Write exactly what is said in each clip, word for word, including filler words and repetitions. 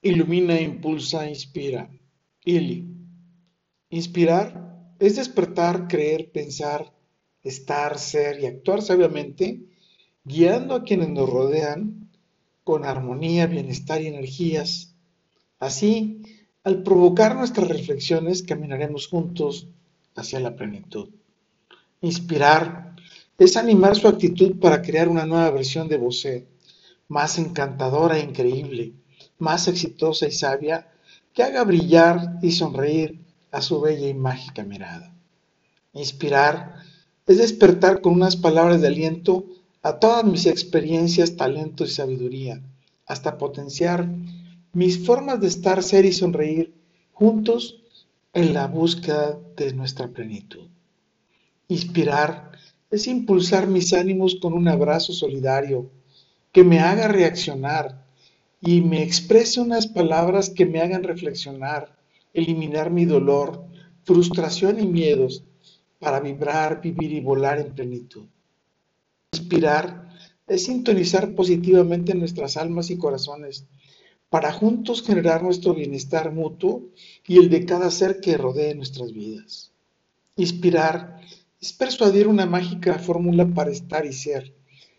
Ilumina, impulsa, inspira. Ili. Inspirar es despertar, creer, pensar, estar, ser y actuar sabiamente, guiando a quienes nos rodean con armonía, bienestar y energías. Así, al provocar nuestras reflexiones, caminaremos juntos hacia la plenitud. Inspirar es animar su actitud para crear una nueva versión de Bosé, más encantadora e increíble, más exitosa y sabia, que haga brillar y sonreír a su bella y mágica mirada. Inspirar es despertar con unas palabras de aliento a todas mis experiencias, talentos y sabiduría, hasta potenciar mis formas de estar, ser y sonreír juntos en la búsqueda de nuestra plenitud. Inspirar es impulsar mis ánimos con un abrazo solidario que me haga reaccionar y me exprese unas palabras que me hagan reflexionar, eliminar mi dolor, frustración y miedos para vibrar, vivir y volar en plenitud. Inspirar es sintonizar positivamente nuestras almas y corazones para juntos generar nuestro bienestar mutuo y el de cada ser que rodee nuestras vidas. Inspirar es persuadir una mágica fórmula para estar y ser,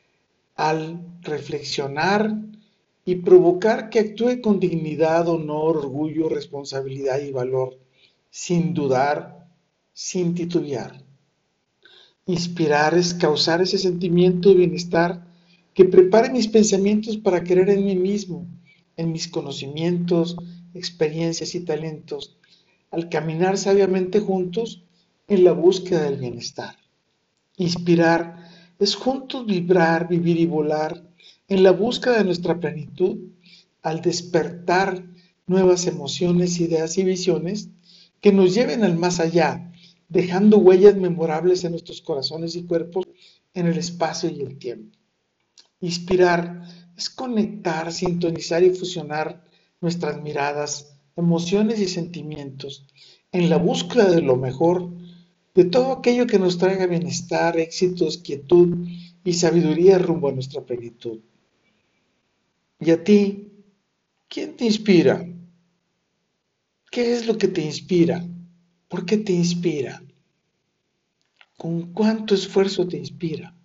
al reflexionar y provocar que actúe con dignidad, honor, orgullo, responsabilidad y valor, sin dudar, sin titubear. Inspirar es causar ese sentimiento de bienestar que prepare mis pensamientos para creer en mí mismo, en mis conocimientos, experiencias y talentos, al caminar sabiamente juntos en la búsqueda del bienestar. Inspirar es juntos vibrar, vivir y volar en la búsqueda de nuestra plenitud, al despertar nuevas emociones, ideas y visiones que nos lleven al más allá, dejando huellas memorables en nuestros corazones y cuerpos en el espacio y el tiempo. Inspirar es conectar, sintonizar y fusionar nuestras miradas, emociones y sentimientos en la búsqueda de lo mejor, de todo aquello que nos traiga bienestar, éxitos, quietud y sabiduría rumbo a nuestra plenitud. ¿Y a ti? ¿Quién te inspira? ¿Qué es lo que te inspira? ¿Por qué te inspira? ¿Con cuánto esfuerzo te inspira?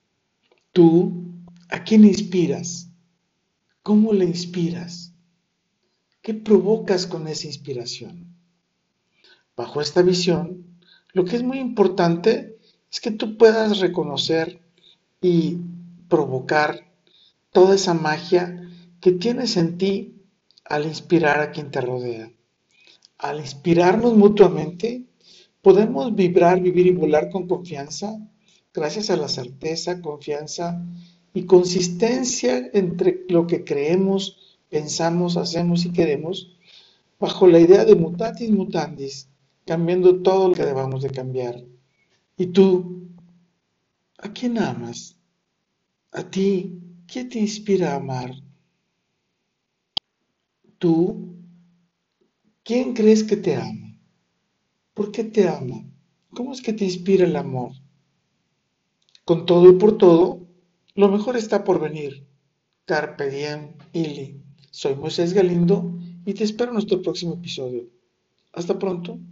¿Tú a quién inspiras? ¿Cómo le inspiras? ¿Qué provocas con esa inspiración? Bajo esta visión, lo que es muy importante es que tú puedas reconocer y provocar toda esa magia que tienes en ti al inspirar a quien te rodea. Al inspirarnos mutuamente, podemos vibrar, vivir y volar con confianza, gracias a la certeza, confianza y consistencia entre lo que creemos, pensamos, hacemos y queremos, bajo la idea de mutatis mutandis, cambiando todo lo que debamos de cambiar. ¿Y tú? ¿A quién amas? ¿A ti? ¿Qué te inspira a amar? ¿Tú? ¿Quién crees que te ama? ¿Por qué te ama? ¿Cómo es que te inspira el amor? Con todo y por todo, lo mejor está por venir. Carpe diem, Ili. Soy Moisés Galindo y te espero en nuestro próximo episodio. Hasta pronto.